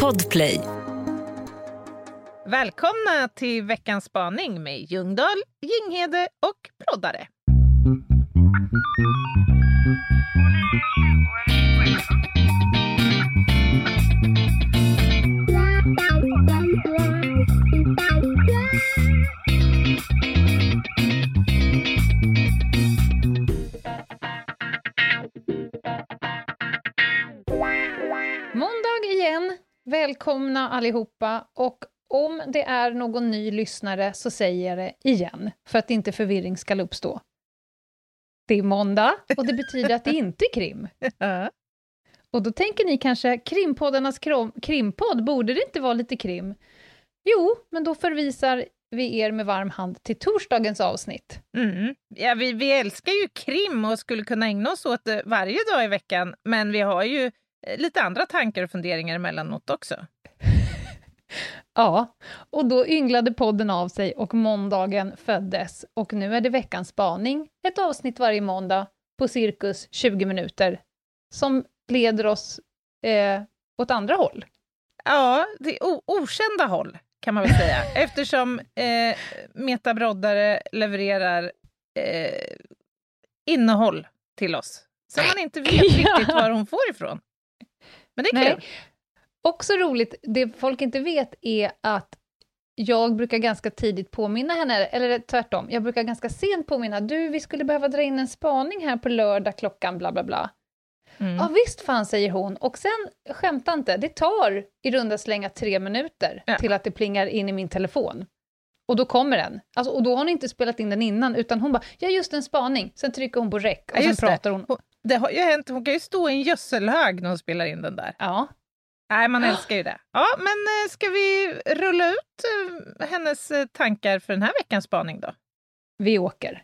Podplay. Välkomna till veckans spaning med Ljungdahl, Ginghede och Broddare. Måndag igen. Välkomna allihopa, och om det är någon ny lyssnare så säger jag det igen, för att inte förvirring ska uppstå. Det är måndag och det betyder att det inte är krim. Och då tänker ni kanske, krimpoddarnas krimpodd, borde det inte vara lite krim? Jo, men då förvisar vi er med varm hand till torsdagens avsnitt. Ja, vi älskar ju krim och skulle kunna ägna oss åt det varje dag i veckan, men vi har ju lite andra tankar och funderingar emellanåt också. Ja, och då ynglade podden av sig och måndagen föddes. Och nu är det veckans spaning, ett avsnitt varje måndag på cirkus 20 minuter som leder oss åt andra håll. Ja, det är okända håll kan man väl säga. Eftersom Meta Broddare levererar innehåll till oss som man inte vet riktigt var hon får ifrån. Men det är kul. Också roligt, det folk inte vet är att jag brukar ganska tidigt påminna henne, eller tvärtom, jag brukar ganska sent påminna, vi skulle behöva dra in en spaning här på lördag klockan bla bla bla. Ja visst fan, säger hon, och sen skämtar inte, det tar i runda slänga 3 minuter till att det plingar in i min telefon. Och då kommer den. Alltså, och då har hon inte spelat in den innan, utan hon bara, ja just en spaning, sen trycker hon på räck och sen pratar hon. Det har ju hänt, hon kan ju stå i en gödselhög när hon spelar in den där. Ja. Nej, man älskar ju det. Ja, men ska vi rulla ut hennes tankar för den här veckans spaning då? Vi åker.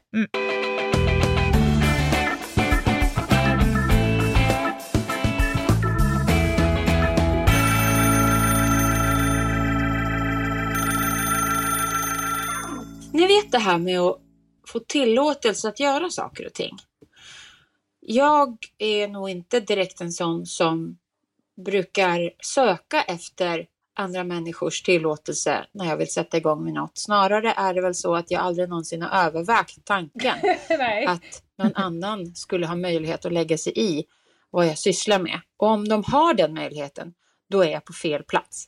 Ni vet det här med att få tillåtelse att göra saker och ting. Jag är nog inte direkt en sån som brukar söka efter andra människors tillåtelse när jag vill sätta igång med något. Snarare är det väl så att jag aldrig någonsin har övervägt tanken att någon annan skulle ha möjlighet att lägga sig i vad jag sysslar med. Och om de har den möjligheten, då är jag på fel plats.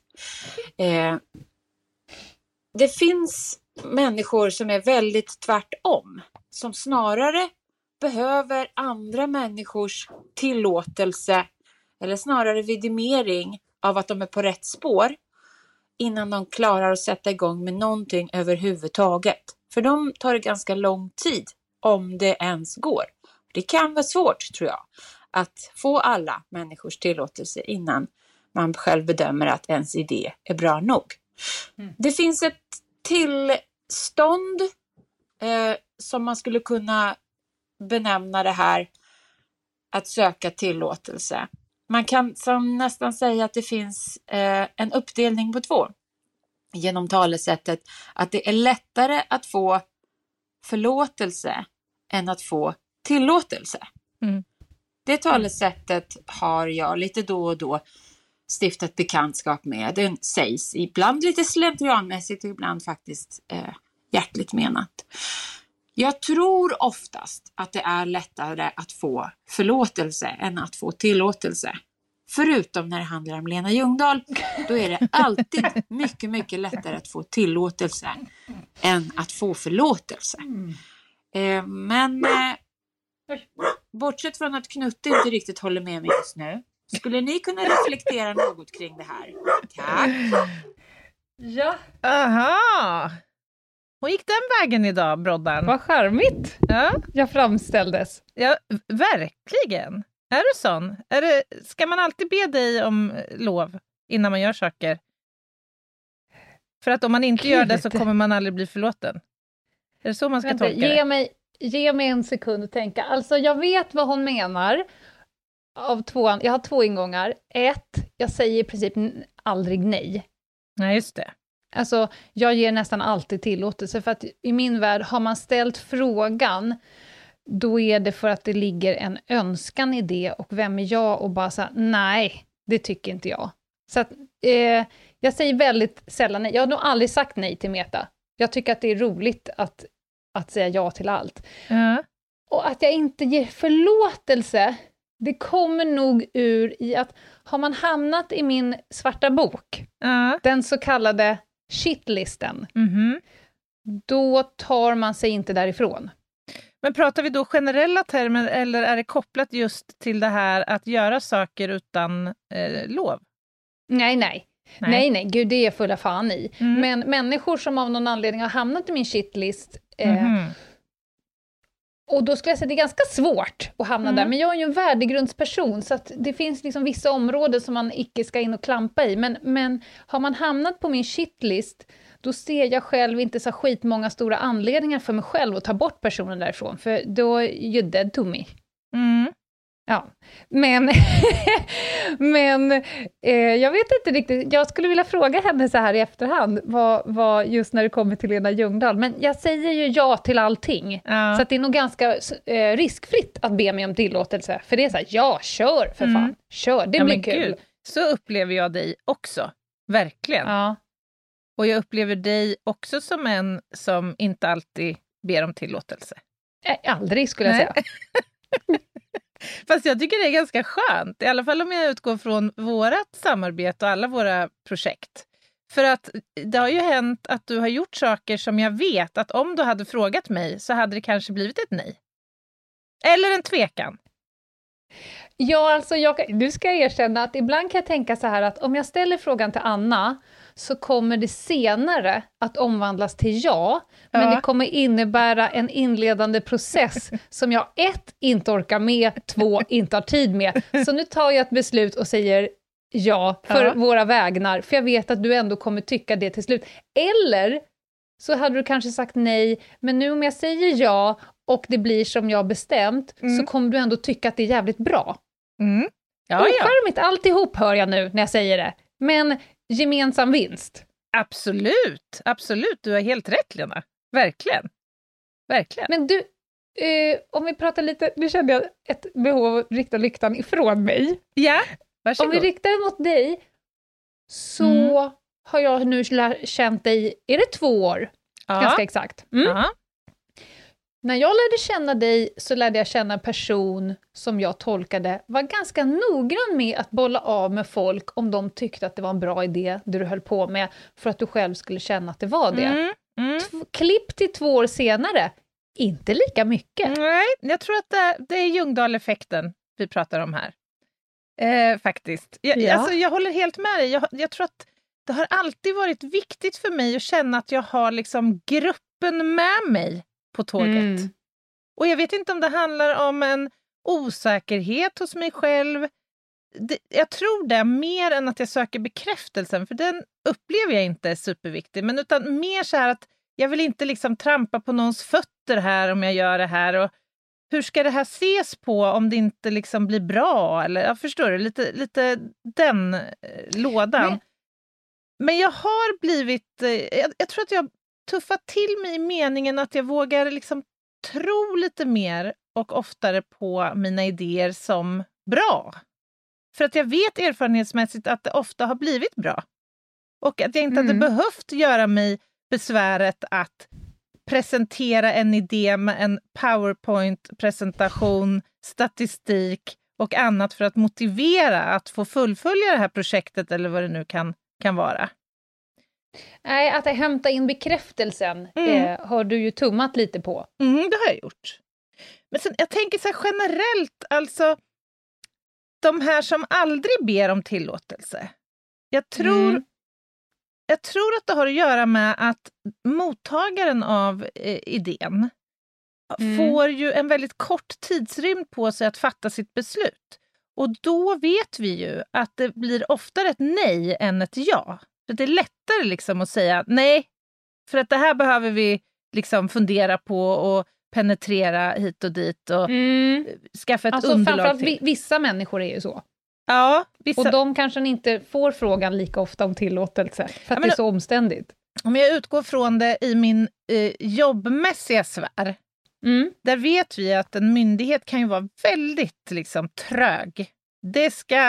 Det finns människor som är väldigt tvärtom, som snarare behöver andra människors tillåtelse eller snarare vidimering av att de är på rätt spår innan de klarar att sätta igång med någonting överhuvudtaget. För de tar det ganska lång tid, om det ens går. Det kan vara svårt, tror jag, att få alla människors tillåtelse innan man själv bedömer att ens idé är bra nog. Det finns ett tillstånd som man skulle kunna benämna det här att söka tillåtelse. Man kan nästan säga att det finns en uppdelning på 2 genom talesättet att det är lättare att få förlåtelse än att få tillåtelse. Det talesättet har jag lite då och då stiftat bekantskap med. Det sägs ibland lite slentrianmässigt och ibland faktiskt hjärtligt menat. Jag tror oftast att det är lättare att få förlåtelse än att få tillåtelse. Förutom när det handlar om Lena Ljungdahl, då är det alltid mycket, mycket lättare att få tillåtelse än att få förlåtelse. Men bortsett från att Knutte inte riktigt håller med mig just nu, skulle ni kunna reflektera något kring det här? Tack! Ja. Aha! Och gick den vägen idag, Broddan? Vad charmigt. Ja. Jag framställdes. Ja, verkligen. Är du sån? Ska man alltid be dig om lov innan man gör saker? För att om man inte gör det så kommer man aldrig bli förlåten. Är det så man ska tolka det? Ge mig en sekund att tänka. Alltså, jag vet vad hon menar. Jag har 2 ingångar. 1, jag säger i princip aldrig nej. Nej, just det. Alltså, jag ger nästan alltid tillåtelse, för att i min värld har man ställt frågan, då är det för att det ligger en önskan i det, och vem är jag och bara säga nej, det tycker inte jag. Så att, jag säger väldigt sällan nej. Jag har nog aldrig sagt nej till Meta. Jag tycker att det är roligt att säga ja till allt. Och att jag inte ger förlåtelse, det kommer nog ur i att har man hamnat i min svarta bok, den så kallade shitlisten, då tar man sig inte därifrån. Men pratar vi då generella termer eller är det kopplat just till det här att göra saker utan lov? Nej, gud det är fulla fan i. Men människor som av någon anledning har hamnat i min shitlist, och då skulle jag säga att det är ganska svårt att hamna där, men jag är ju en värdegrundsperson så att det finns liksom vissa områden som man icke ska in och klampa i, men har man hamnat på min shitlist, då ser jag själv inte så skitmånga stora anledningar för mig själv att ta bort personen därifrån, för då är you dead to me. Ja, men jag vet inte riktigt, jag skulle vilja fråga henne så här i efterhand, vad just när det kommer till Lena Ljungdahl, men jag säger ju ja till allting, så att det är nog ganska riskfritt att be mig om tillåtelse, för det är så här, ja, kör för fan, kör, det blir kul. Gud, så upplever jag dig också, verkligen. Ja. Och jag upplever dig också som en som inte alltid ber om tillåtelse. Aldrig skulle jag säga. Fast jag tycker det är ganska skönt, i alla fall om jag utgår från vårat samarbete och alla våra projekt. För att det har ju hänt att du har gjort saker som jag vet att om du hade frågat mig så hade det kanske blivit ett nej. Eller en tvekan. Ja, alltså nu ska jag erkänna att ibland kan jag tänka så här att om jag ställer frågan till Anna så kommer det senare att omvandlas till ja, men det kommer innebära en inledande process som jag 1, inte orkar med, 2, inte har tid med. Så nu tar jag ett beslut och säger ja för våra vägnar, för jag vet att du ändå kommer tycka det till slut. Eller så hade du kanske sagt nej, men nu om jag säger ja och det blir som jag bestämt, så kommer du ändå tycka att det är jävligt bra. Ocharmigt alltihop hör jag nu när jag säger det, men gemensam vinst. Absolut, du har helt rätt, Lena. Verkligen. Men du, om vi pratar lite, nu kände jag ett behov av att rikta lyktan ifrån mig. Ja, varsågod. Om vi riktar mot dig, så har jag nu känt dig, är det 2 år? Ganska exakt. När jag lärde känna dig så lärde jag känna en person som jag tolkade var ganska noggrann med att bolla av med folk om de tyckte att det var en bra idé det du höll på med, för att du själv skulle känna att det var det. Klipp till 2 år senare, inte lika mycket. Nej, jag tror att det är Ljungdahl-effekten vi pratar om här. Faktiskt. Alltså, jag håller helt med dig. Jag tror att det har alltid varit viktigt för mig att känna att jag har liksom gruppen med mig på tåget. Och jag vet inte om det handlar om en osäkerhet hos mig själv. Jag tror det mer än att jag söker bekräftelsen, för den upplever jag inte är superviktig, men utan mer så här att jag vill inte liksom trampa på någons fötter här om jag gör det här, och hur ska det här ses på om det inte liksom blir bra, eller jag förstår det, lite den lådan. Men jag har blivit, jag tror att jag tuffat till mig i meningen att jag vågar liksom tro lite mer och oftare på mina idéer som bra. För att jag vet erfarenhetsmässigt att det ofta har blivit bra. Och att jag inte hade behövt göra mig besväret att presentera en idé med en PowerPoint-presentation, statistik och annat för att motivera att få fullfölja det här projektet eller vad det nu kan vara. Nej, att hämta in bekräftelsen har du ju tummat lite på. Det har jag gjort. Men sen, jag tänker så här generellt, alltså de här som aldrig ber om tillåtelse. Jag tror att det har att göra med att mottagaren av idén får ju en väldigt kort tidsrymd på sig att fatta sitt beslut. Och då vet vi ju att det blir oftare ett nej än ett ja. För det är lättare liksom att säga nej, för att det här behöver vi liksom fundera på och penetrera hit och dit och skaffa ett underlag till. Vissa människor är ju så. Ja, och de kanske inte får frågan lika ofta om tillåtelse, för att det är så omständigt. Om jag utgår från det i min jobbmässiga sfär, där vet vi att en myndighet kan ju vara väldigt liksom trög. Det ska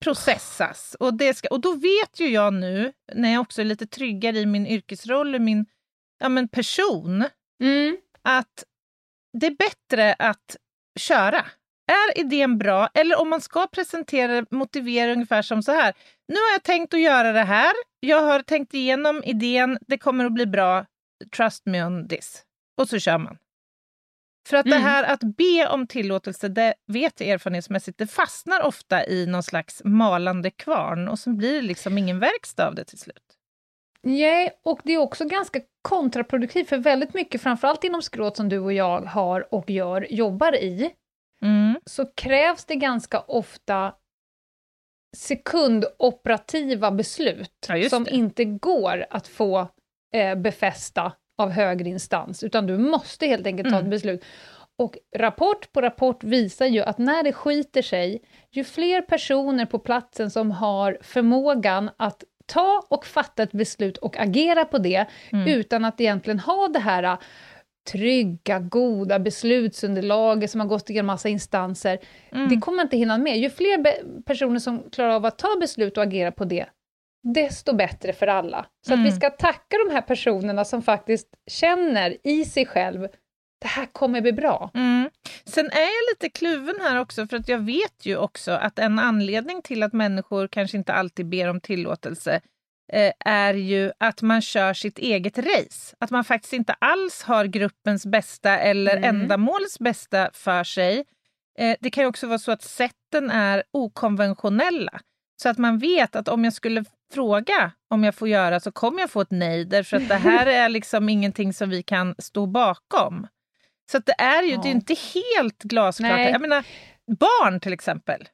processas. Och då vet ju jag nu, när jag också är lite tryggare i min yrkesroll, min person, att det är bättre att köra. Är idén bra? Eller om man ska presentera, motivera ungefär som så här. Nu har jag tänkt att göra det här. Jag har tänkt igenom idén. Det kommer att bli bra. Trust me on this. Och så kör man. För att det här att be om tillåtelse, det vet jag erfarenhetsmässigt, det fastnar ofta i någon slags malande kvarn. Och så blir det liksom ingen verkstad av det till slut. Nej, och det är också ganska kontraproduktivt. För väldigt mycket, framförallt inom skrået som du och jag har och jobbar i, så krävs det ganska ofta sekundoperativa beslut som inte går att få befästa av högre instans, utan du måste helt enkelt ta ett beslut. Och rapport på rapport visar ju att när det skiter sig, ju fler personer på platsen som har förmågan att ta och fatta ett beslut och agera på det utan att egentligen ha det här trygga, goda beslutsunderlaget som har gått igenom massa instanser. Det kommer inte hinna med. Ju fler personer som klarar av att ta beslut och agera på det, desto bättre för alla. Så att vi ska tacka de här personerna som faktiskt känner i sig själv, det här kommer bli bra. Sen är jag lite kluven här också, för att jag vet ju också att en anledning till att människor kanske inte alltid ber om tillåtelse är ju att man kör sitt eget race. Att man faktiskt inte alls har gruppens bästa eller ändamålets bästa för sig. Det kan ju också vara så att sätten är okonventionella. Så att man vet att om jag skulle fråga om jag får göra, så kommer jag få ett nej. Därför att det här är liksom ingenting som vi kan stå bakom. Så att det är ju det är inte helt glasklart. Nej. Jag menar, barn till exempel.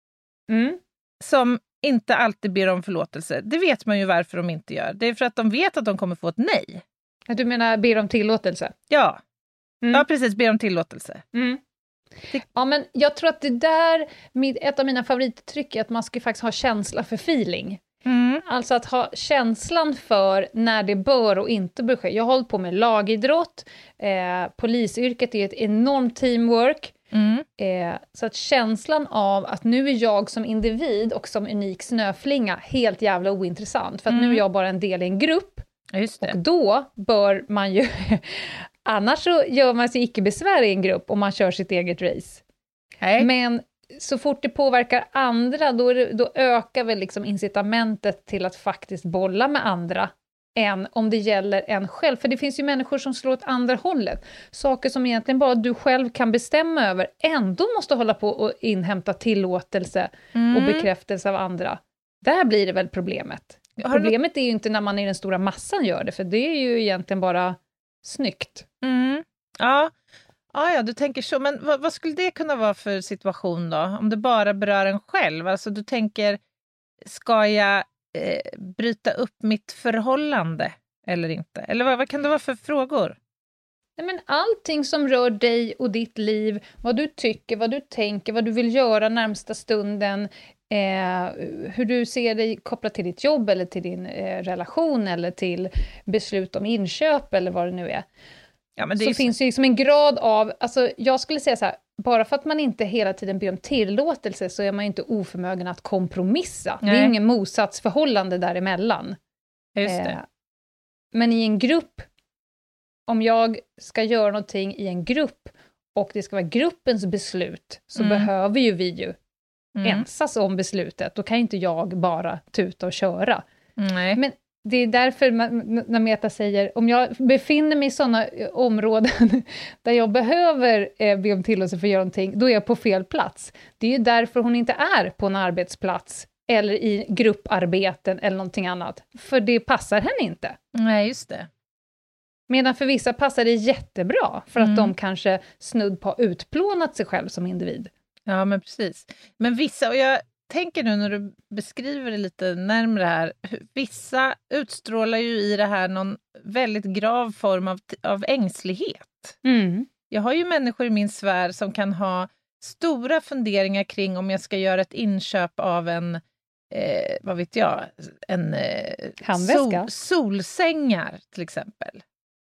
Som inte alltid ber om förlåtelse. Det vet man ju varför de inte gör. Det är för att de vet att de kommer få ett nej. Du menar ber om tillåtelse? Ja. Ja, precis. Ber om tillåtelse. Ja, men jag tror att det där, ett av mina favorittryck är att man ska faktiskt ha känsla för feeling. Alltså att ha känslan för när det bör och inte bör ske. Jag har hållit på med lagidrott. Polisyrket är ett enormt teamwork. Så att känslan av att nu är jag som individ och som unik snöflinga helt jävla ointressant. För att nu är jag bara en del i en grupp. Just det. Och då bör man ju... Annars så gör man sig icke besvär i en grupp om man kör sitt eget race. Men så fort det påverkar andra, då ökar väl liksom incitamentet till att faktiskt bolla med andra än om det gäller en själv. För det finns ju människor som slår åt andra hållet. Saker som egentligen bara du själv kan bestämma över ändå måste hålla på och inhämta tillåtelse och bekräftelse av andra. Där blir det väl problemet. Problemet är ju inte när man i den stora massan gör det, för det är ju egentligen bara snyggt. Ja, du tänker så. Men vad skulle det kunna vara för situation då? Om det bara berör en själv. Alltså du tänker, ska jag bryta upp mitt förhållande eller inte? Eller vad kan det vara för frågor? Nej, men allting som rör dig och ditt liv, vad du tycker, vad du tänker, vad du vill göra närmsta stunden, hur du ser dig kopplat till ditt jobb eller till din relation eller till beslut om inköp eller vad det nu är. Ja, men det så finns ju liksom en grad av, alltså jag skulle säga så här, bara för att man inte hela tiden ber om tillåtelse så är man ju inte oförmögen att kompromissa. Nej. Det är ingen motsatsförhållande däremellan. Just det. Men i en grupp, om jag ska göra någonting i en grupp och det ska vara gruppens beslut, så behöver ju vi ju ensas om beslutet. Då kan inte jag bara tuta och köra. Nej. Men det är därför när Meta säger, om jag befinner mig i sådana områden där jag behöver be om tillåtelse för att göra någonting, då är jag på fel plats. Det är ju därför hon inte är på en arbetsplats eller i grupparbeten eller någonting annat. För det passar henne inte. Nej, just det. Medan för vissa passar det jättebra, för att de kanske snudd på utplånat sig själv som individ. Ja, men precis. Men vissa, och jag tänker nu när du beskriver det lite närmare här, vissa utstrålar ju i det här någon väldigt grav form av ängslighet. Jag har ju människor i min sfär som kan ha stora funderingar kring om jag ska göra ett inköp av en, vad vet jag, en handväska. Solsängar till exempel.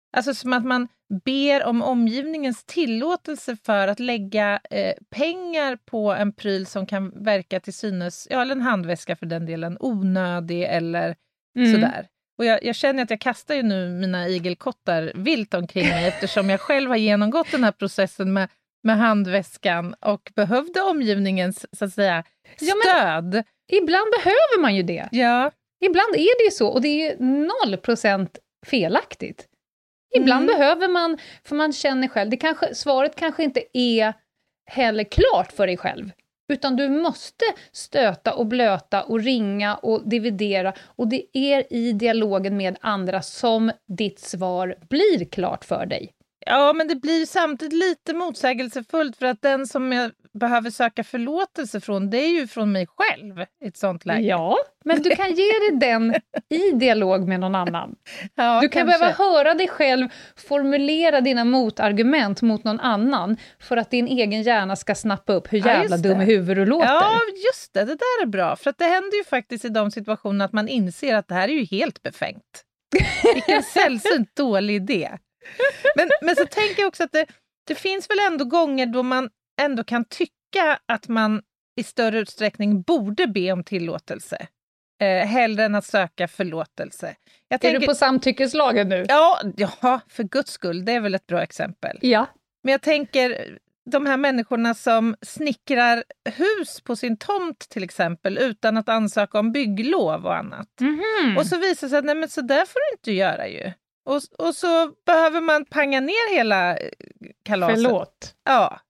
Alltså som att man ber om omgivningens tillåtelse för att lägga pengar på en pryl som kan verka till synes, eller en handväska för den delen, onödig eller sådär. Och jag känner att jag kastar ju nu mina igelkottar vilt omkring mig eftersom jag själv har genomgått den här processen med handväskan och behövde omgivningens, så att säga, stöd. Men ibland behöver man ju det. Ja. Ibland är det ju så, och det är 0% felaktigt. Ibland behöver man, för man känner själv, svaret kanske inte är heller klart för dig själv. Utan du måste stöta och blöta och ringa och dividera. Och det är i dialogen med andra som ditt svar blir klart för dig. Ja, men det blir samtidigt lite motsägelsefullt för att den som jag behöver söka förlåtelse från, det är ju från mig själv i ett sånt läge. Ja, men du kan ge dig den i dialog med någon annan. Ja, du kan behöva höra dig själv formulera dina motargument mot någon annan för att din egen hjärna ska snappa upp hur jävla dum i huvudet du låter. Ja, just det. Det där är bra. För att det händer ju faktiskt i de situationerna att man inser att det här är ju helt befängt. Vilken sällsynt dålig idé. Men så tänker jag också att det finns väl ändå gånger då man ändå kan tycka att man i större utsträckning borde be om tillåtelse. Hellre än att söka förlåtelse. Är du på samtyckeslagen nu? Ja, för Guds skull. Det är väl ett bra exempel. Ja. Men jag tänker de här människorna som snickrar hus på sin tomt till exempel utan att ansöka om bygglov och annat. Mm-hmm. Och så visar det sig att nej, men så där får du inte göra ju. Och så behöver man panga ner hela kalaset. Förlåt. Ja.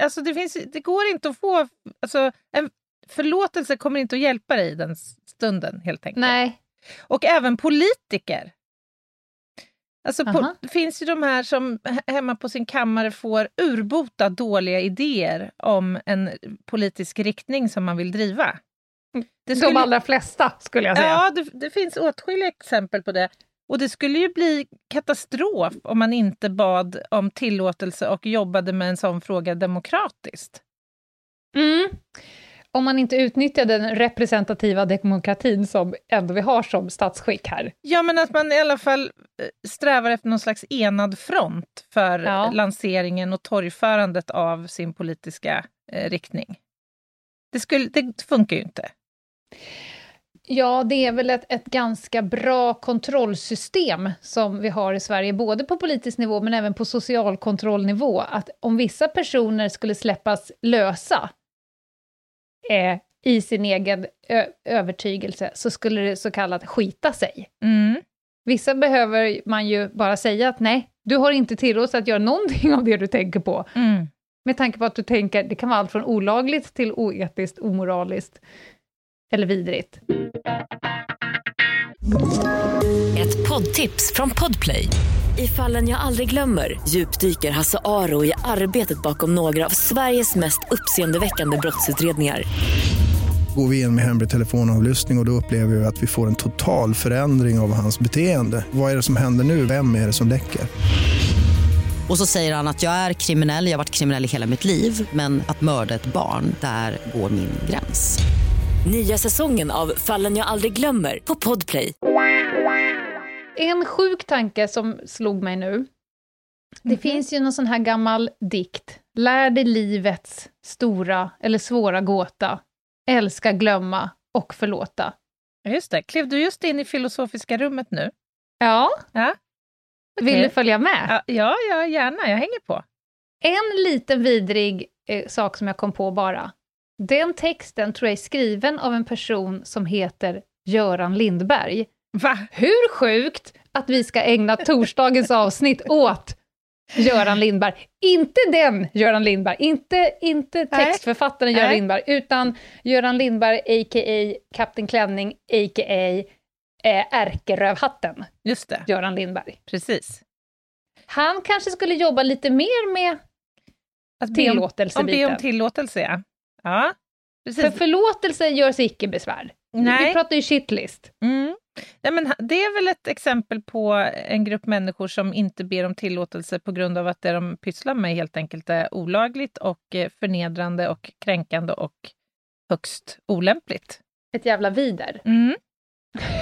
Det går inte att få... Alltså, en förlåtelse kommer inte att hjälpa dig i den stunden, helt enkelt. Nej. Och även politiker. Alltså, det finns ju de här som hemma på sin kammare får urbota dåliga idéer om en politisk riktning som man vill driva. De allra flesta, skulle jag säga. Ja, det finns åtskilliga exempel på det. Och det skulle ju bli katastrof om man inte bad om tillåtelse och jobbade med en sån fråga demokratiskt. Om man inte utnyttjar den representativa demokratin som ändå vi har som statsskick här. Ja, men att man i alla fall strävar efter någon slags enad front för lanseringen och torgförandet av sin politiska riktning. Det funkar ju inte. Ja, det är väl ett ganska bra kontrollsystem som vi har i Sverige, både på politisk nivå men även på social kontrollnivå. Att om vissa personer skulle släppas lösa i sin egen övertygelse så skulle det så kallat skita sig. Vissa behöver man ju bara säga att nej, du har inte tillåtelse att göra någonting av det du tänker på. Med tanke på att du tänker, det kan vara allt från olagligt till oetiskt, omoraliskt eller vidrigt. Ett poddtips från Podplay. I Fallen jag aldrig glömmer djupdyker Hasse Aro i arbetet bakom några av Sveriges mest uppseendeväckande brottsutredningar. Går vi in med hemlig telefonavlyssning och då upplever vi att vi får en total förändring av hans beteende. Vad är det som händer nu? Vem är det som läcker? Och så säger han att jag är kriminell, jag har varit kriminell i hela mitt liv. Men att mörda ett barn, där går min gräns. Nya säsongen av Fallen jag aldrig glömmer på Podplay. En sjuk tanke som slog mig nu. Det finns ju någon sån här gammal dikt. Lär dig livets stora eller svåra gåta. Älska, glömma och förlåta. Just det. Klev du just in i filosofiska rummet nu? Ja. Okay. Vill du följa med? Ja, gärna. Jag hänger på. En liten vidrig sak som jag kom på bara. Den texten tror jag är skriven av en person som heter Göran Lindberg. Va? Hur sjukt att vi ska ägna torsdagens avsnitt åt Göran Lindberg. Inte den Göran Lindberg, inte textförfattaren Göran Lindberg, utan Göran Lindberg a.k.a. Kapten Klänning a.k.a. Ärkerövhatten. Just det. Göran Lindberg. Precis. Han kanske skulle jobba lite mer med att tillåtelsebiten. Be om tillåtelse, ja. Ja, precis. För förlåtelse gör sig icke besvär. Nej. Vi pratar ju shitlist. Ja, men det är väl ett exempel på en grupp människor som inte ber om tillåtelse på grund av att det de pysslar med helt enkelt är olagligt och förnedrande och kränkande och högst olämpligt. Ett jävla vider.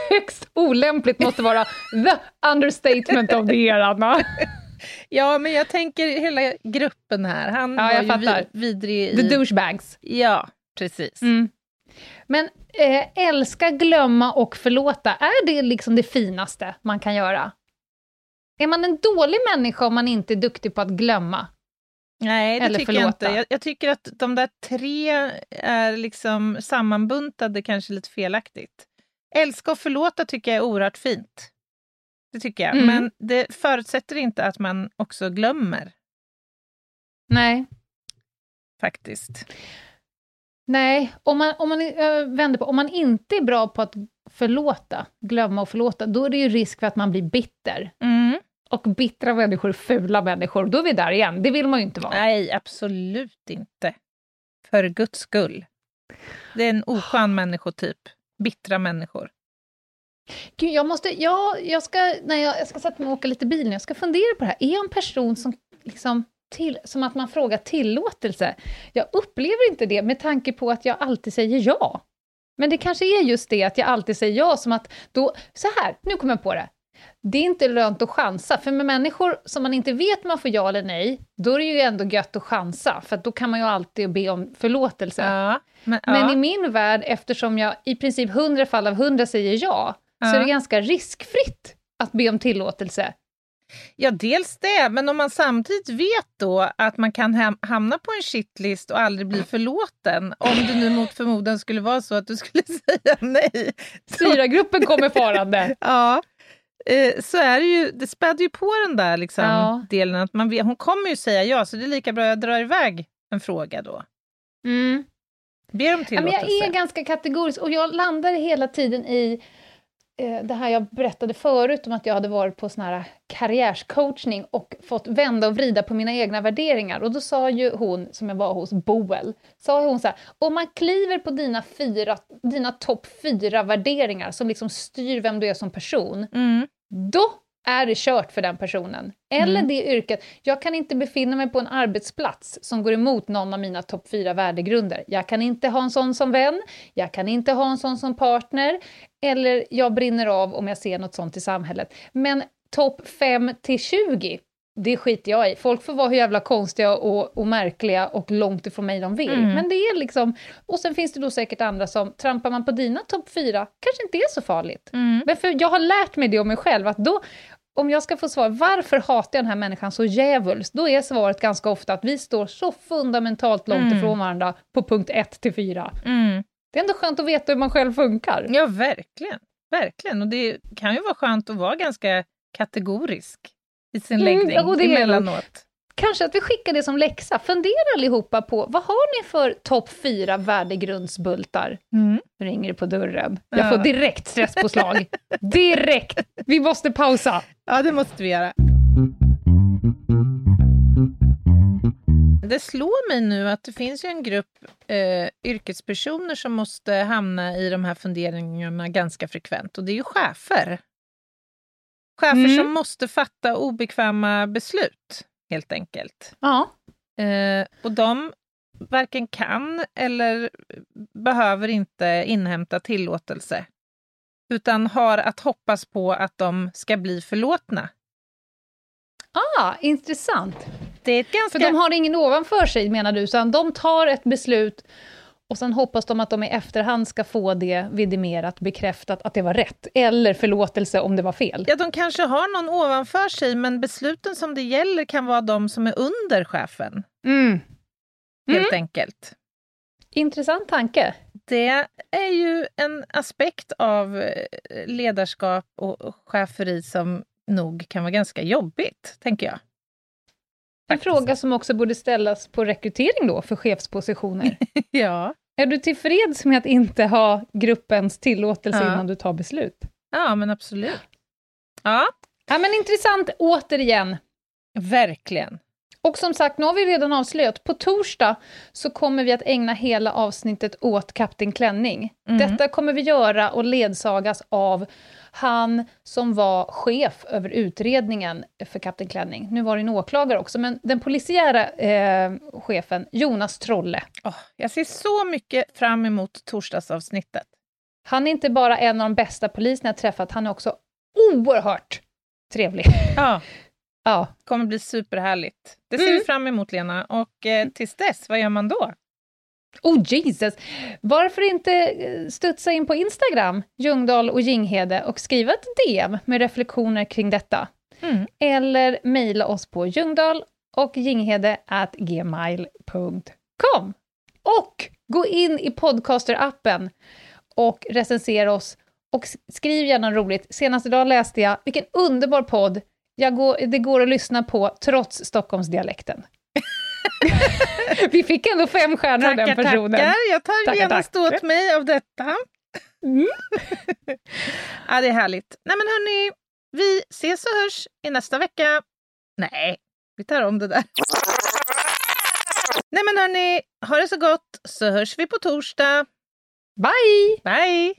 högst olämpligt måste vara the understatement of the year, Anna. Ja, men jag tänker hela gruppen här. Han var ju vidrig. The douchebags. Ja, precis. Men älska, glömma och förlåta, är det liksom det finaste man kan göra? Är man en dålig människa om man inte är duktig på att glömma? Nej, det eller tycker förlåta? jag inte. Jag tycker att de där 3 är liksom sammanbuntade kanske lite felaktigt. Älska och förlåta tycker jag är oerhört fint. Det tycker jag. Men det förutsätter inte att man också glömmer. Nej. Faktiskt. Nej, om man vänder på, om man inte är bra på att glömma och förlåta, då är det ju risk för att man blir bitter. Och bittra människor är fula människor. Då är vi där igen. Det vill man ju inte vara. Nej, absolut inte. För Guds skull. Det är en oskön människotyp. Bittra människor. Gud, jag ska sätta mig och åka lite bil. Jag ska fundera på det här. Är jag en person som liksom som att man frågar tillåtelse? Jag upplever inte det med tanke på att jag alltid säger ja. Men det kanske är just det att jag alltid säger ja, som att då, så här, nu kommer jag på det. Det är inte lönt att chansa, för med människor som man inte vet om man får ja eller nej, då är det ju ändå gött att chansa, för att då kan man ju alltid be om förlåtelse. Ja, men i min värld, eftersom jag i princip 100 fall av 100 säger ja, så är det ganska riskfritt att be om tillåtelse. Ja, dels det, men om man samtidigt vet då att man kan hamna på en shitlist och aldrig bli förlåten, om det nu mot förmodan skulle vara så att du skulle säga nej. Syragruppen kommer farande. Ja. Så är det ju, det spädde ju på den där liksom, delen att man vet, hon kommer ju säga ja, så det är lika bra jag drar iväg en fråga då. Ber om tillåtelse. Men jag är ganska kategorisk och jag landar hela tiden i det här jag berättade förut om att jag hade varit på sån här karriärscoachning och fått vända och vrida på mina egna värderingar. Och då sa ju hon, som jag var hos Boel, sa hon så här: om man kliver på dina topp 4 värderingar som liksom styr vem du är som person, då är det kört för den personen. Eller det yrket. Jag kan inte befinna mig på en arbetsplats som går emot någon av mina topp 4 värdegrunder. Jag kan inte ha en sån som vän. Jag kan inte ha en sån som partner. Eller jag brinner av om jag ser något sånt i samhället. Men topp 5-20, det skiter jag i. Folk får vara hur jävla konstiga och märkliga och långt ifrån mig de vill. Men det är liksom... Och sen finns det då säkert andra som trampar man på dina topp 4 kanske inte är så farligt. Men för jag har lärt mig det om mig själv, att då... Om jag ska få svar, varför hatar jag den här människan så djävulskt? Då är svaret ganska ofta att vi står så fundamentalt långt ifrån varandra på punkt 1-4. Det är ändå skönt att veta hur man själv funkar. Ja, verkligen. Verkligen. Och det kan ju vara skönt att vara ganska kategorisk i sin läggning emellanåt. Kanske att vi skickar det som läxa. Fundera allihopa på, vad har ni för topp 4 värdegrundsbultar? Nu ringer det på dörren. Jag får direkt stresspåslag. Direkt! Vi måste pausa. Ja, det måste vi göra. Det slår mig nu att det finns ju en grupp yrkespersoner som måste hamna i de här funderingarna ganska frekvent. Och det är ju chefer. Chefer som måste fatta obekväma beslut, helt enkelt. Ja. Och de varken kan eller behöver inte inhämta tillåtelse. Utan har att hoppas på att de ska bli förlåtna. Intressant. Det är ett ganska... För de har ingen ovanför sig, menar du, utan de tar ett beslut och sen hoppas de att de i efterhand ska få det vidimerat, bekräftat att det var rätt, eller förlåtelse om det var fel. Ja, de kanske har någon ovanför sig, men besluten som det gäller kan vara de som är under chefen. Helt enkelt. Intressant tanke. Det är ju en aspekt av ledarskap och cheferi som nog kan vara ganska jobbigt, tänker jag. En fråga som också borde ställas på rekrytering då, för chefspositioner. Ja. Är du tillfreds med att inte ha gruppens tillåtelse innan du tar beslut? Ja, men absolut. Ja, men intressant återigen. Verkligen. Och som sagt, nu har vi redan avslöjat. På torsdag så kommer vi att ägna hela avsnittet åt Kapten Klänning. Detta kommer vi göra och ledsagas av han som var chef över utredningen för Kapten Klänning. Nu var det en åklagare också, men den polisiära chefen, Jonas Trolle. Jag ser så mycket fram emot torsdagsavsnittet. Han är inte bara en av de bästa poliserna jag träffat, han är också oerhört trevlig. Ja, kommer bli superhärligt. Det ser vi fram emot, Lena. Och tills dess, vad gör man då? Oh Jesus! Varför inte studsa in på Instagram, Ljungdahl och Ginghede, och skriva ett DM med reflektioner kring detta. Eller mejla oss på ljungdahl.ginghede@gmail.com. Och gå in i Podcaster-appen och recensera oss. Och skriv gärna roligt. Senast idag läste jag, vilken underbar podd. Det går att lyssna på trots Stockholmsdialekten. Vi fick ändå 5 stjärnor av den personen. Tackar. Jag tar genast åt mig av detta. Ja, det är härligt. Nej men hörni, vi ses och hörs i nästa vecka. Nej, vi tar om det där. Nej men hörni, ha det så gott, så hörs vi på torsdag. Bye! Bye!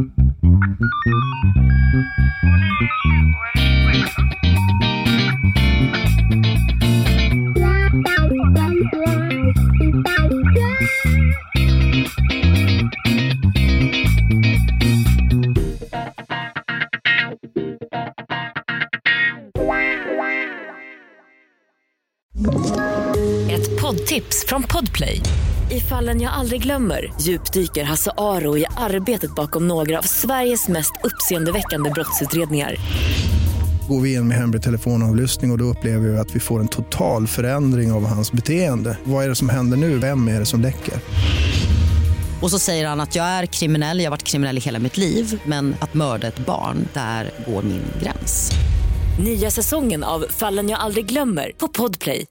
Ett poddtips från Podplay. I Fallen jag aldrig glömmer djupdyker Hasse Aro i arbetet bakom några av Sveriges mest uppseendeväckande brottsutredningar. Går vi in med hemlig telefonavlyssning och då upplever vi att vi får en total förändring av hans beteende. Vad är det som händer nu? Vem är det som läcker? Och så säger han att jag är kriminell, jag har varit kriminell i hela mitt liv. Men att mörda ett barn, där går min gräns. Nya säsongen av Fallen jag aldrig glömmer på Podplay.